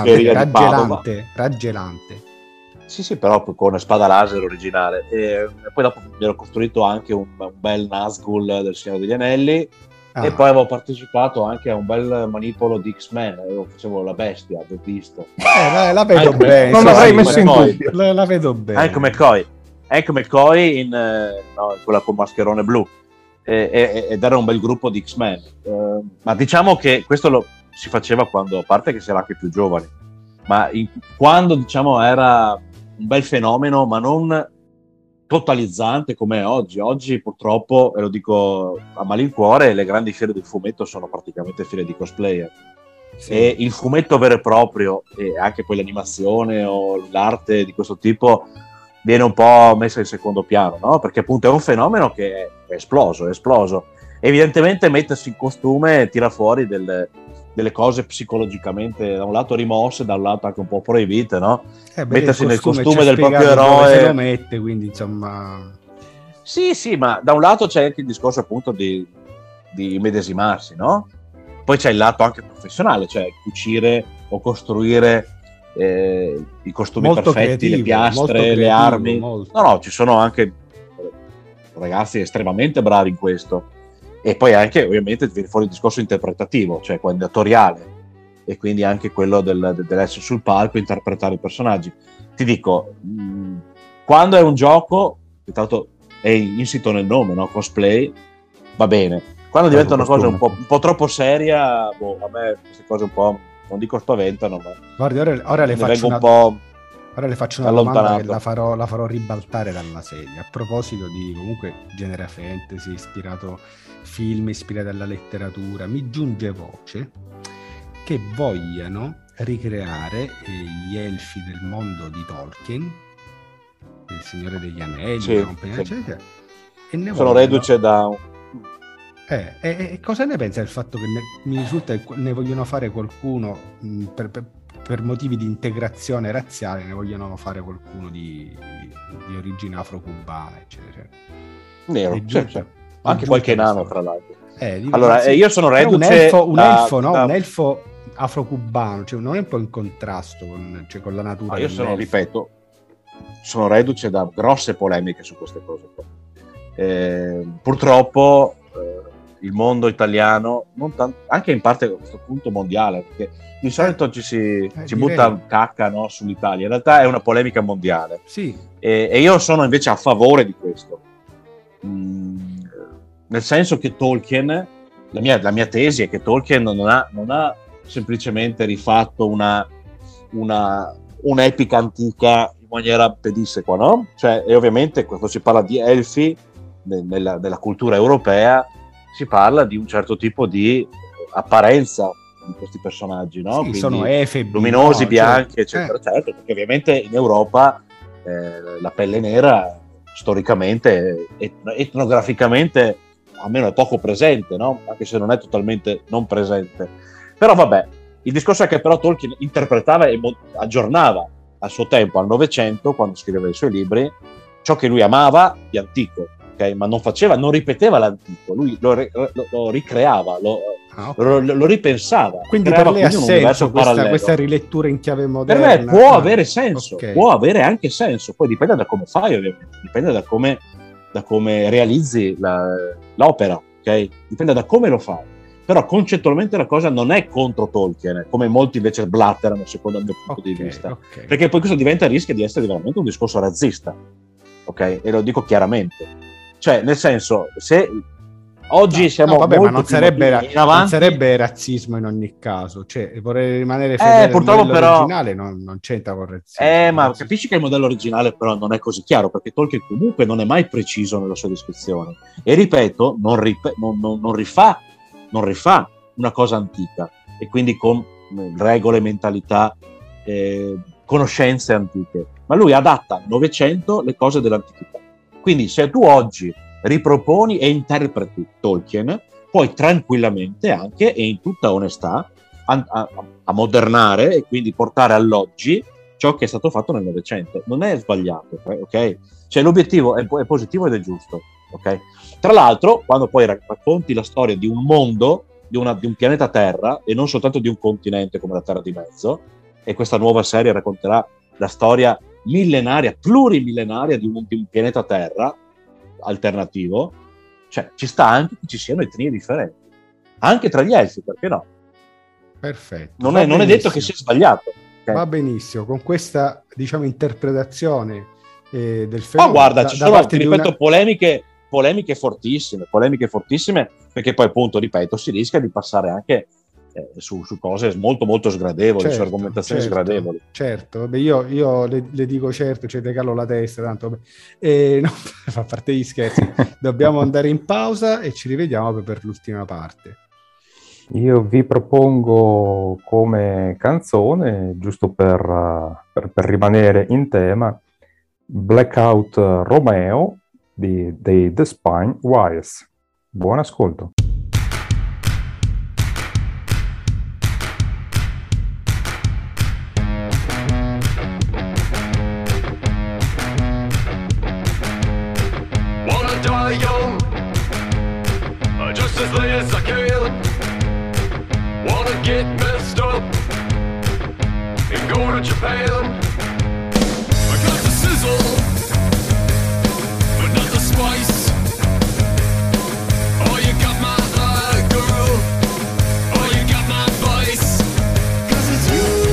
raggelante. Sì, però con spada laser originale. E poi dopo mi ero costruito anche un bel Nazgul del Signore degli Anelli. E poi avevo partecipato anche a un bel manipolo di X-Men, io facevo la bestia, The Beast. La vedo bene. Non l'avrei messo in dubbio. La vedo bene. Anche McCoy in quella col mascherone blu. Ed era un bel gruppo di X-Men. Ma diciamo che questo si faceva quando, a parte che si era anche più giovani, ma quando diciamo era un bel fenomeno, ma non totalizzante come è oggi. Oggi purtroppo, e lo dico a malincuore, le grandi fiere del fumetto sono praticamente fiere di cosplayer. Sì. E il fumetto vero e proprio, e anche poi l'animazione o l'arte di questo tipo, viene un po' messa in secondo piano, no? Perché appunto è un fenomeno che è esploso. Evidentemente mettersi in costume tira fuori delle cose psicologicamente da un lato rimosse, da un lato anche un po' proibite, no? Mettersi nel costume del proprio eroe, se lo mette, quindi insomma sì, ma da un lato c'è anche il discorso appunto di medesimarsi, no? Poi c'è il lato anche professionale, cioè cucire o costruire i costumi molto perfetti, creativo, le piastre, le armi. No, ci sono anche ragazzi estremamente bravi in questo. E poi anche ovviamente viene fuori il discorso interpretativo, cioè attoriale, e quindi anche quello dell'essere sul palco e interpretare i personaggi. Ti dico, quando è un gioco, tanto è insito nel nome, no? Cosplay, va bene. Quando diventa una cosa un po' troppo seria, a me queste cose un po', non dico spaventano, ma guardi, ora le faccio un po'. Ora le faccio una domanda che la farò ribaltare dalla sedia. A proposito di comunque genere fantasy, film ispirati alla letteratura, mi giunge voce che vogliano ricreare gli elfi del mondo di Tolkien, il Signore degli Anelli, la compagnia, eccetera. E ne sono reduce da... E cosa ne pensa del fatto che mi risulta che ne vogliono fare qualcuno per motivi di integrazione razziale, ne vogliono fare qualcuno di origine afro-cubana, eccetera. Nero, certo. Anche qualche nano, tra l'altro. Allora, io sono reduce un elfo afro-cubano, cioè non è un po' in contrasto con la natura. Io ripeto, sono reduce da grosse polemiche su queste cose qua. Purtroppo il mondo italiano, non tanto, anche in parte a questo punto mondiale, perché di solito ci butta cacca, no, sull'Italia, in realtà è una polemica mondiale. Sì. E io sono invece a favore di questo, nel senso che Tolkien, la mia tesi è che Tolkien non ha semplicemente rifatto un'epica antica in maniera pedissequa, no? Cioè, e ovviamente quando si parla di elfi nella cultura europea si parla di un certo tipo di apparenza di questi personaggi, no? Sì, quindi sono efebi, luminosi, bianchi, eccetera, certo, perché ovviamente in Europa la pelle nera storicamente, etnograficamente, almeno è poco presente, no? Anche se non è totalmente non presente. Però vabbè, il discorso è che però Tolkien interpretava e aggiornava al suo tempo, al Novecento, quando scriveva i suoi libri, ciò che lui amava di antico, okay? Ma non ripeteva l'antico, lui lo ricreava, lo ripensava. Quindi per lei ha senso questa rilettura in chiave moderna? Per me può avere senso, okay. Può avere anche senso, poi dipende da come fai, ovviamente, dipende da come realizzi l'opera, ok? Dipende da come lo fai. Però concettualmente la cosa non è contro Tolkien, come molti invece blatterano secondo il mio punto di vista. Okay. Perché poi questo rischia di essere veramente un discorso razzista, ok? E lo dico chiaramente. Cioè, nel senso, se oggi siamo molto ma non sarebbe razzismo in ogni caso, cioè vorrei rimanere fedele al modello originale, non c'entra con razzismo. Ma capisci che il modello originale però non è così chiaro, perché Tolkien comunque non è mai preciso nella sua descrizione. E ripeto, non rifà una cosa antica, e quindi con regole, mentalità, conoscenze antiche, ma lui adatta al Novecento le cose dell'antichità. Quindi se tu oggi riproponi e interpreti Tolkien, puoi tranquillamente anche e in tutta onestà ammodernare e quindi portare all'oggi ciò che è stato fatto nel Novecento. Non è sbagliato, ok? Cioè l'obiettivo è positivo ed è giusto, ok? Tra l'altro, quando poi racconti la storia di un mondo, di un pianeta Terra, e non soltanto di un continente come la Terra di Mezzo, e questa nuova serie racconterà la storia plurimillenaria di un pianeta Terra alternativo, cioè ci sta anche che ci siano etnie differenti, anche tra gli elfi, perché no? Perfetto. Non è detto che sia sbagliato. Okay? Va benissimo, con questa, diciamo, interpretazione del fenomeno. Ma guarda, ci sono, ti ripeto, polemiche fortissime, perché poi appunto, ripeto, si rischia di passare anche su cose molto molto sgradevoli, su argomentazioni sgradevoli. Certo, vabbè, io le dico certo, cioè te calo la testa, tanto no, a parte gli scherzi, dobbiamo andare in pausa e ci rivediamo per l'ultima parte. Io vi propongo come canzone, giusto per rimanere in tema, Blackout Romeo dei The Spine Wires. Buon ascolto. Japan. I got the sizzle, but not the spice. Oh, you got my girl. Oh, you got my vice. 'Cause it's you.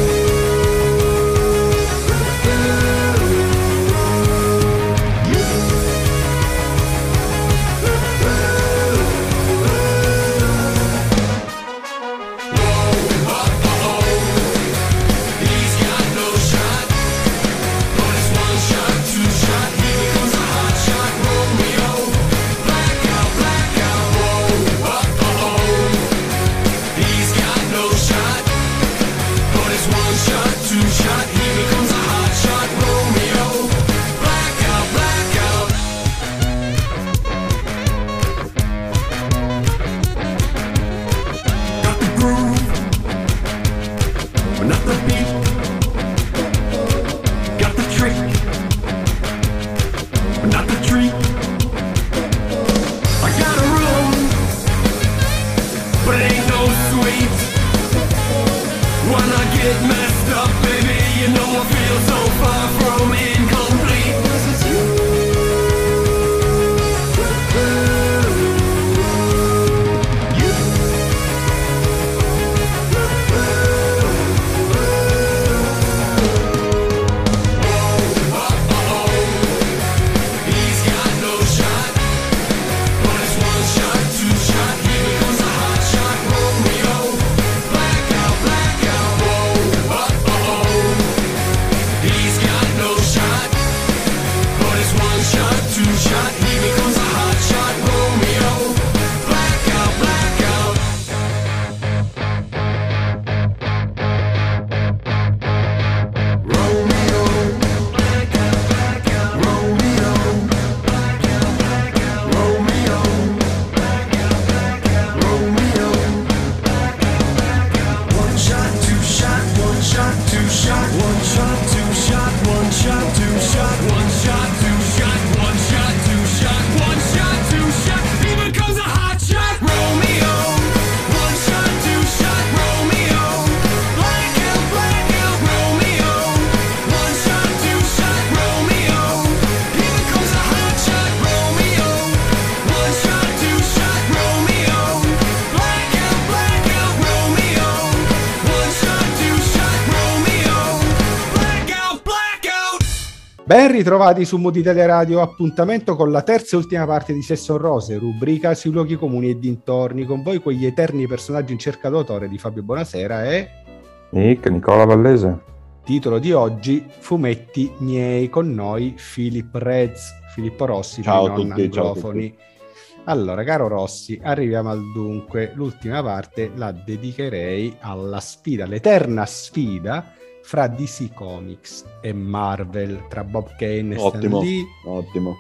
Ben ritrovati su Mood Italia Radio, appuntamento con la terza e ultima parte di Sesso Rose, rubrica sui luoghi comuni e dintorni, con voi quegli eterni personaggi in cerca d'autore di Fabio Bonasera e... Nicola Vallese. Titolo di oggi, Fumetti miei, con noi Filippo Rossi, ciao per i non a tutti, anglofoni. Allora, caro Rossi, arriviamo al dunque. L'ultima parte la dedicherei alla sfida, l'eterna sfida fra DC Comics e Marvel, tra Bob Kane e Stan Lee. Ottimo.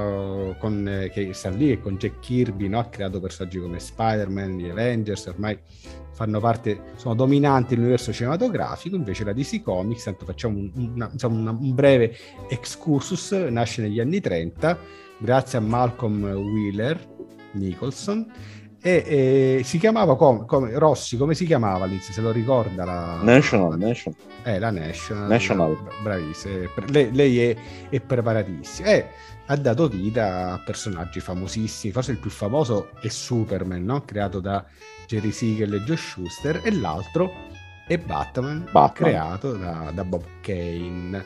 Che Stan Lee e con Jack Kirby, no? Ha creato personaggi come Spider-Man, gli Avengers, ormai fanno parte, sono dominanti nell'universo cinematografico. Invece la DC Comics, tanto facciamo un breve excursus, nasce negli anni 30 grazie a Malcolm Wheeler Nicholson e si chiamava come Rossi, come si chiamava all'inizio, se lo ricorda? La National. La National. Bravissima, lei è preparatissima e ha dato vita a personaggi famosissimi. Forse il più famoso è Superman, no? Creato da Jerry Siegel e Joe Shuster, e l'altro è Batman. Creato da Bob Kane.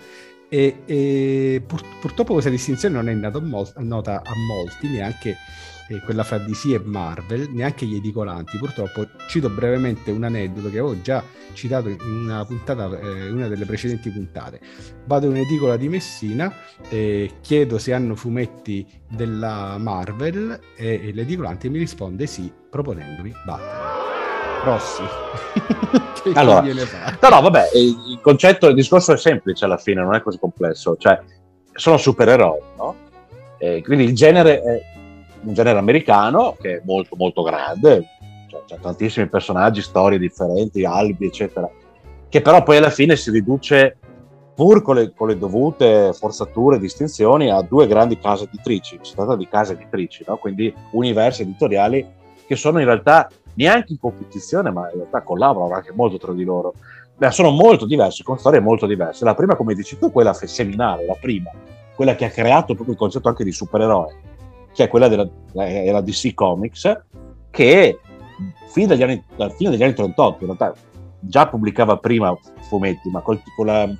E purtroppo questa distinzione non è nota a molti, neanche quella fra DC e Marvel, neanche gli edicolanti. Purtroppo cito brevemente un aneddoto che avevo già citato in una puntata, una delle precedenti puntate. Vado in un'edicola di Messina e chiedo se hanno fumetti della Marvel e l'edicolante mi risponde sì, proponendomi Batman. Rossi. Allora, no, vabbè, il discorso è semplice alla fine, non è così complesso, cioè sono supereroi, no? Quindi il genere è un genere americano che è molto molto grande, cioè, c'è tantissimi personaggi, storie differenti, albi eccetera, che però poi alla fine si riduce, pur con le dovute forzature e distinzioni, a due grandi case editrici. Si tratta di case editrici, no? Quindi universi editoriali che sono in realtà neanche in competizione, ma in realtà collaborano anche molto tra di loro. Sono molto diverse, con storie molto diverse. La prima, come dici tu, quella seminale, la prima, quella che ha creato proprio il concetto anche di supereroe, che è quella della DC Comics, che fin dalla fine degli anni 38, in realtà già pubblicava prima fumetti, ma col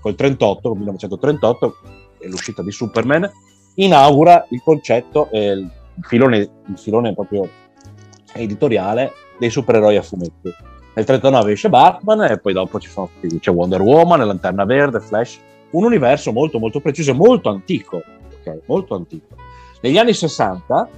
1938, e l'uscita di Superman, inaugura il concetto, il filone proprio editoriale dei supereroi a fumetti. Nel 39 esce Batman e poi dopo c'è Wonder Woman, Lanterna Verde, Flash, un universo molto molto preciso e molto antico, okay? Molto antico. Negli anni 60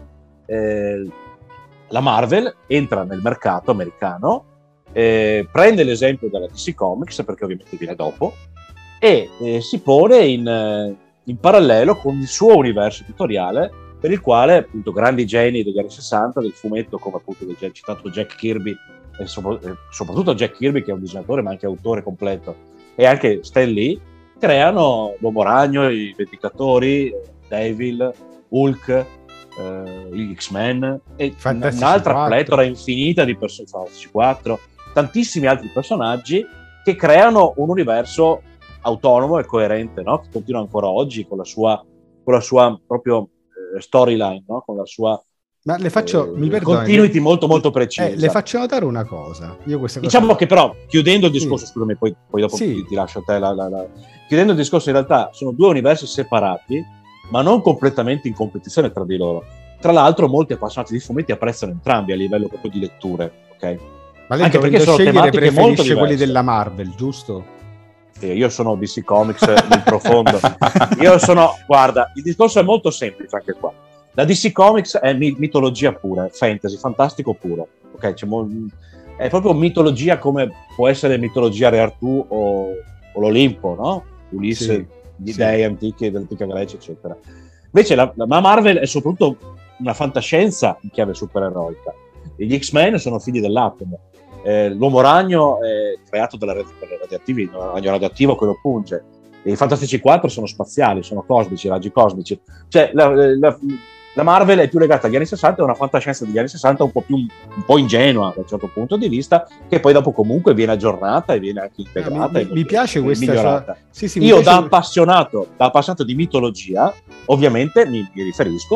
la Marvel entra nel mercato americano, prende l'esempio della DC Comics, perché ovviamente viene dopo, e si pone in parallelo con il suo universo editoriale, per il quale appunto grandi geni degli anni 60 del fumetto, come appunto del già citato Jack Kirby, e soprattutto Jack Kirby, che è un disegnatore ma anche autore completo, e anche Stan Lee, creano l'Uomo Ragno, i Vendicatori, Devil, Hulk, gli X-Men e un'altra pletora infinita di personaggi, 4, tantissimi altri personaggi che creano un universo autonomo e coerente, no? Che continua ancora oggi con la sua proprio storyline, no? Con la sua mi perdoni, continuity molto molto precisa. Le faccio notare una cosa. Diciamo che però, chiudendo il discorso, sì. Scusami, poi dopo ti lascio a te chiudendo il discorso, in realtà sono due universi separati, ma non completamente in competizione tra di loro. Tra l'altro molti appassionati di fumetti apprezzano entrambi a livello proprio di letture, ok? Ma lei, anche perché sono tematiche molto diverse. Quelli della Marvel, giusto? Io sono DC Comics nel profondo. Guarda, il discorso è molto semplice anche qua. La DC Comics è mitologia pura, fantasy, fantastico puro, ok? È proprio mitologia, come può essere mitologia Re Artù o l'Olimpo, no? Ulisse, gli dei antichi dell'antica Grecia, eccetera. Invece la Marvel è soprattutto una fantascienza in chiave supereroica. Gli X-Men sono figli dell'atomo. L'Uomo Ragno è creato dalle radioattivi, il ragno radioattivo quello punge. I Fantastici 4 sono spaziali, sono cosmici, raggi cosmici. Cioè la Marvel è più legata agli anni 60, è una fantascienza degli anni 60 un po' ingenua da un certo punto di vista, che poi dopo comunque viene aggiornata e viene anche integrata. Mi piace questa migliorata. Io da appassionato di mitologia, ovviamente mi riferisco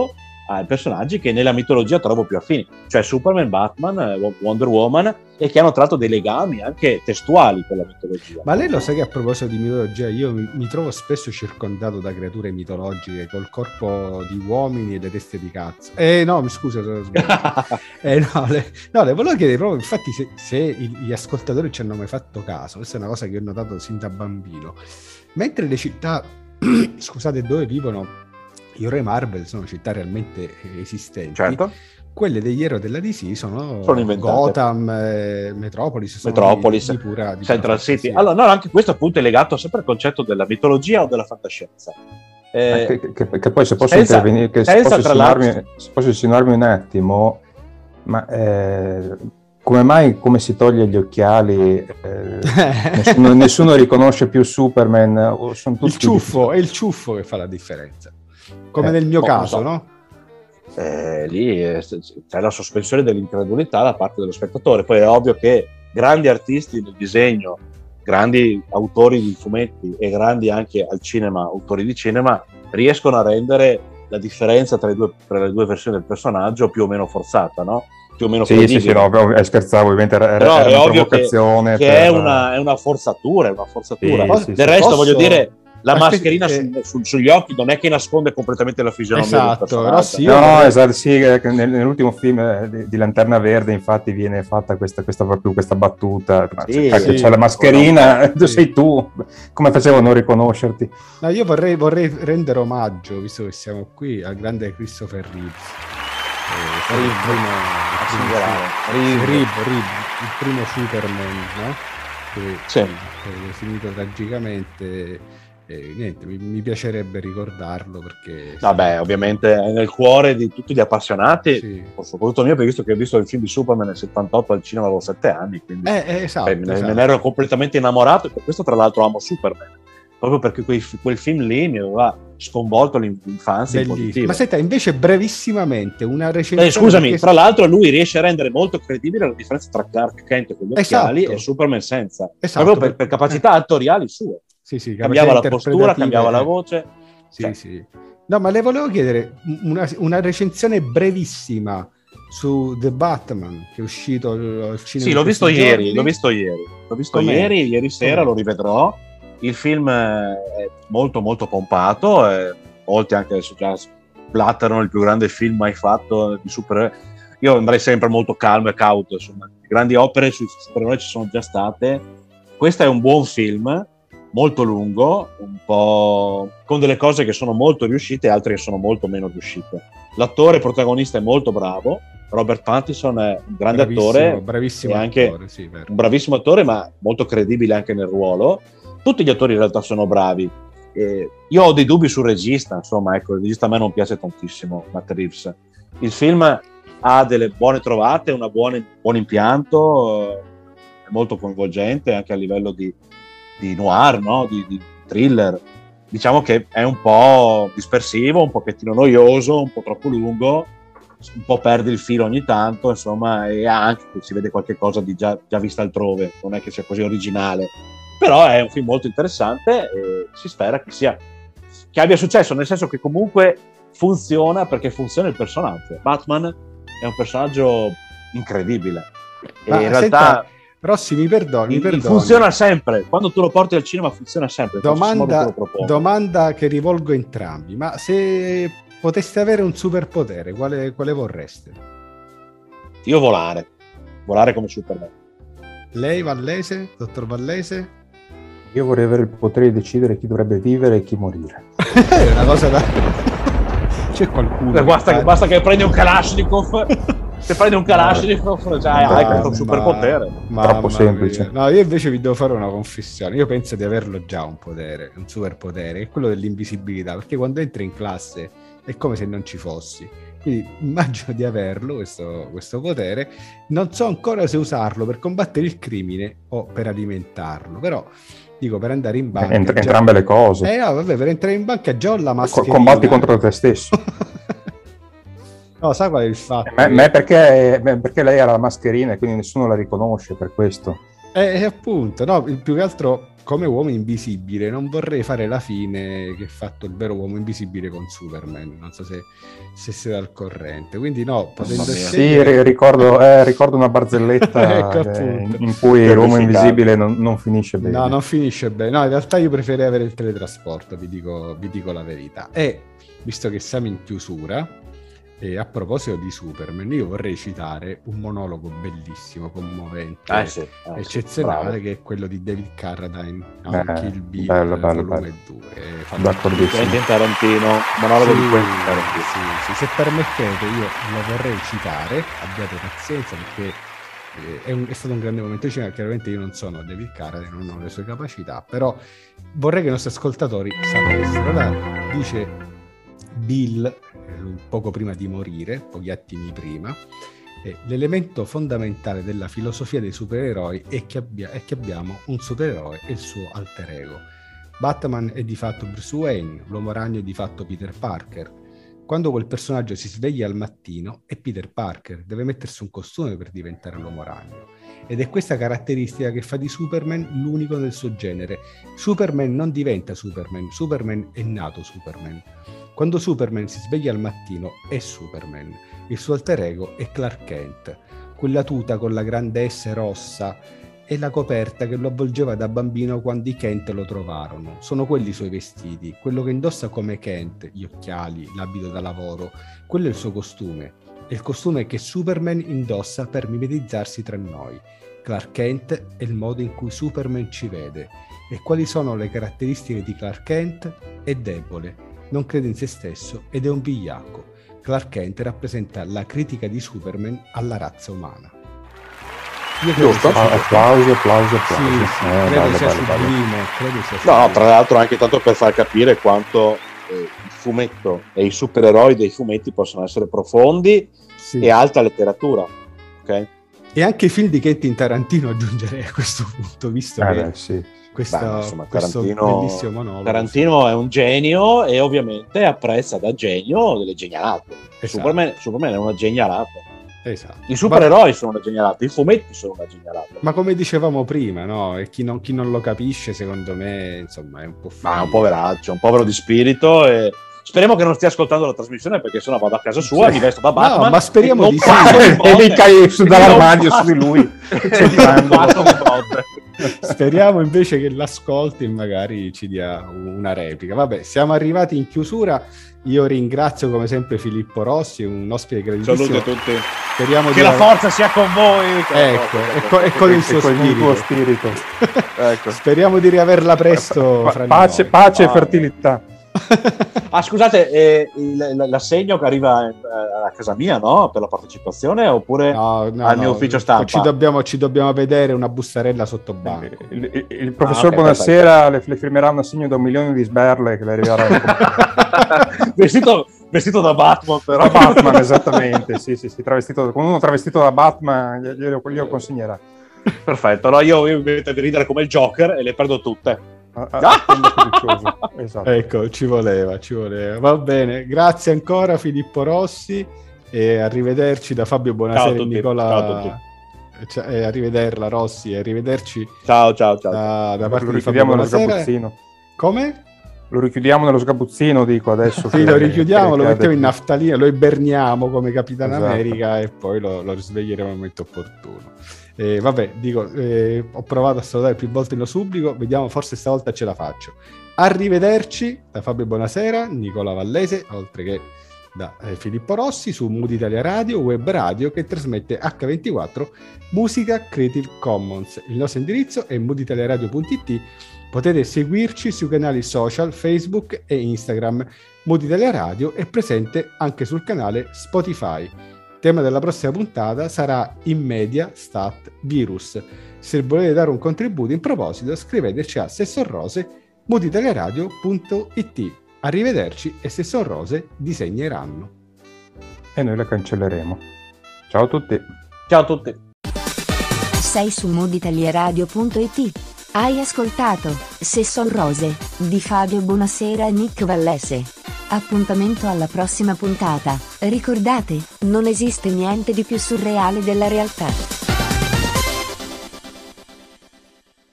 ai personaggi che nella mitologia trovo più affini, cioè Superman, Batman, Wonder Woman, e che hanno tratto dei legami anche testuali con la mitologia. Ma lei lo sa che a proposito di mitologia io mi trovo spesso circondato da creature mitologiche col corpo di uomini e le teste di cazzo. No, mi scusa se ho sbagliato. Le volevo chiedere proprio, infatti, se gli ascoltatori ci hanno mai fatto caso, questa è una cosa che ho notato sin da bambino, mentre le città scusate, dove vivono gli eroi Marvel sono città realmente esistenti, certo, quelle degli eroi della DC sono inventate. Gotham, Metropolis, di pura Central City. Allora, no, anche questo appunto è legato sempre al concetto della mitologia o della fantascienza. Che poi se posso intervenire, se posso insinuarmi un attimo, ma come mai, come si toglie gli occhiali, nessuno riconosce più Superman? O sono tutti è il ciuffo che fa la differenza, come nel mio caso, no? Lì c'è la sospensione dell'incredulità da parte dello spettatore. Poi è ovvio che grandi artisti del disegno, grandi autori di fumetti e grandi anche al cinema, autori di cinema, riescono a rendere la differenza tra le due versioni del personaggio più o meno forzata, no? Più o meno sì, no, scherzavo, ovviamente però è ovvio che è una forzatura, Sì, del resto voglio dire, la mascherina sugli occhi non è che nasconde completamente la fisionomia del personaggio. Nell'ultimo film di Lanterna Verde infatti viene fatta questa battuta, c'è la mascherina, sei tu, come facevo a non riconoscerti? No, io vorrei rendere omaggio, visto che siamo qui, al grande Christopher Reeves. Il primo Superman, no? Che è finito tragicamente. Niente, mi piacerebbe ricordarlo perché vabbè, ovviamente è nel cuore di tutti gli appassionati, soprattutto mio, perché visto che ho visto il film di Superman nel 78 al cinema, avevo 7 anni, quindi esatto. Me ne ero completamente innamorato, e per questo tra l'altro amo Superman, proprio perché quel film lì mi aveva sconvolto l'infanzia in positivo. Ma senta, invece brevissimamente una recensione scusami, tra l'altro lui riesce a rendere molto credibile la differenza tra Clark Kent con gli occhiali e Superman senza, proprio per capacità attoriali sue. Sì, cambiava la postura, cambiava la voce. Sì. No, ma le volevo chiedere una recensione brevissima su The Batman che è uscito al cinema. Sì, l'ho visto ieri. Ieri sera lo rivedrò. Il film è molto molto pompato, oltre anche adesso già splattano il più grande film mai fatto di supereroi. Io andrei sempre molto calmo e cauto, insomma, grandi opere sui supereroi ci sono già state. Questo è un buon film, molto lungo, un po' con delle cose che sono molto riuscite e altre che sono molto meno riuscite. L'attore protagonista è molto bravo, Robert Pattinson è un grande attore, bravissimo anche attore, sì, vero. Un bravissimo attore, ma molto credibile anche nel ruolo. Tutti gli attori in realtà sono bravi. Io ho dei dubbi sul regista, insomma, ecco, il regista a me non piace tantissimo, Matt Reeves. Il film ha delle buone trovate, un buon impianto, è molto coinvolgente anche a livello di noir, no? di thriller. Diciamo che è un po' dispersivo, un pochettino noioso, un po' troppo lungo, un po' perde il filo ogni tanto, insomma, e anche si vede qualche cosa di già vista altrove, non è che sia così originale. Però è un film molto interessante e si spera che abbia successo, nel senso che comunque funziona, perché funziona il personaggio. Batman è un personaggio incredibile e in realtà Rossi, mi perdoni. Funziona sempre, quando tu lo porti al cinema funziona sempre. Domanda che rivolgo a entrambi, ma se poteste avere un superpotere, quale vorreste? Io volare come Superman. Lei, Vallese, dottor Vallese? Io vorrei avere il potere di decidere chi dovrebbe vivere e chi morire. È una cosa da... C'è qualcuno... Basta che prendi un Kalashnikov. Se prendi un Kalashnikov già hai un superpotere. Troppo semplice. No, io invece vi devo fare una confessione. Io penso di averlo già un superpotere, che è quello dell'invisibilità, perché quando entri in classe è come se non ci fossi. Quindi immagino di averlo, questo potere. Non so ancora se usarlo per combattere il crimine o per alimentarlo, però dico, per andare in banca... Entrambe le cose. No, vabbè, per entrare in banca già ho la mascherina. Combatti contro te stesso. No, sai qual è il fatto? Perché lei ha la mascherina e quindi nessuno la riconosce per questo. Appunto, no, più che altro come uomo invisibile non vorrei fare la fine che ha fatto il vero uomo invisibile con Superman, non so se siete al corrente, quindi no, potendo scegliere... Sì, ricordo una barzelletta ecco, in cui l'uomo invisibile non finisce bene. No, non finisce bene, no, in realtà io preferirei avere il teletrasporto, vi dico la verità. E visto che siamo in chiusura, e a proposito di Superman, io vorrei citare un monologo bellissimo, commovente, eccezionale, che è quello di David Carradine, Kill Bill, volume 2. Quentin Tarantino, monologo di Quentin Tarantino. Sì, se permettete io lo vorrei citare, abbiate pazienza perché è stato un grande momento di cinema. Chiaramente io non sono David Carradine, non ho le sue capacità, però vorrei che i nostri ascoltatori sapessero. Allora, dice Bill, poco prima di morire, pochi attimi prima, l'elemento fondamentale della filosofia dei supereroi è che abbiamo un supereroe e il suo alter ego. Batman è di fatto Bruce Wayne, l'uomo ragno è di fatto Peter Parker. Quando quel personaggio si sveglia al mattino è Peter Parker, deve mettersi un costume per diventare l'uomo ragno. Ed è questa caratteristica che fa di Superman l'unico nel suo genere. Superman non diventa Superman, Superman è nato Superman. Quando Superman si sveglia al mattino è Superman, il suo alter ego è Clark Kent, quella tuta con la grande S rossa e la coperta che lo avvolgeva da bambino quando i Kent lo trovarono. Sono quelli i suoi vestiti, quello che indossa come Kent, gli occhiali, l'abito da lavoro, quello è il suo costume. È il costume che Superman indossa per mimetizzarsi tra noi. Clark Kent è il modo in cui Superman ci vede. E quali sono le caratteristiche di Clark Kent? È debole, non crede in se stesso ed è un vigliacco. Clark Kent rappresenta la critica di Superman alla razza umana. Giusto? Applausi. Credo sia sublime. No, tra l'altro anche tanto per far capire quanto il fumetto e i supereroi dei fumetti possono essere profondi e alta letteratura, ok? E anche i film di Quentin Tarantino aggiungerei a questo punto, visto che questo bellissimo monologo. Tarantino è un genio e ovviamente apprezza da genio delle genialate. Esatto. Superman è una genialata. Esatto. I supereroi sono una genialata, i fumetti sono una genialata. Ma come dicevamo prima, no? E chi non lo capisce, secondo me, insomma, è un po' è un poveraccio, un povero di spirito. E speriamo che non stia ascoltando la trasmissione, perché sennò vado a casa sua, mi vesto da Batman. No, ma speriamo di sì. E mi cai su dall'armadio su di lui. Speriamo invece che l'ascolti e magari ci dia una replica. Vabbè, siamo arrivati in chiusura. Io ringrazio come sempre Filippo Rossi, un ospite graditissimo. Saluti a tutti. Speriamo che la forza sia con voi. E con il suo spirito. Ecco. Speriamo di riaverla presto. Pace e fertilità. Scusate, l'assegno che arriva a casa mia, no? Per la partecipazione, oppure al mio ufficio stampa? Ci dobbiamo vedere una bustarella sotto banco. Il professor Buonasera le firmerà un assegno da 1 milione di sberle che le arriverà vestito da Batman, però. Da Batman, esattamente, sì, travestito, con uno travestito da Batman glielo consegnerà. Perfetto, no, io mi metto a ridere come il Joker e le perdo tutte. Esatto. Ecco, ci voleva. Va bene, grazie ancora Filippo Rossi e arrivederci da Fabio Buonasera e Nicola. Ciao a tutti. Arrivederla Rossi e arrivederci. Ciao. Da parte di Fabio Buonasera. Come? Lo richiudiamo nello sgabuzzino, dico adesso. Sì, lo richiudiamo, lo mettiamo in naftalina, lo iberniamo come Capitan America e poi lo risveglieremo al momento opportuno. Vabbè, dico, ho provato a salutare più volte il pubblico, vediamo, forse stavolta ce la faccio. Arrivederci da Fabio Buonasera, Nicola Vallese, oltre che da Filippo Rossi su Mood Italia Radio, web radio che trasmette H24 musica Creative Commons. Il nostro indirizzo è mooditaliaradio.it. Potete seguirci sui canali social Facebook e Instagram. Mood Italia Radio è presente anche sul canale Spotify. Tema della prossima puntata sarà in media stat virus. Se volete dare un contributo in proposito, scriveteci a sessonrose@mooditaliaradio.it. Arrivederci e se son rose disegneranno. E noi le cancelleremo. Ciao a tutti. Ciao a tutti. Sei su mooditaliaradio.it. Hai ascoltato Se son rose di Fabio Buonasera e Nick Vallese. Appuntamento alla prossima puntata. Ricordate, non esiste niente di più surreale della realtà.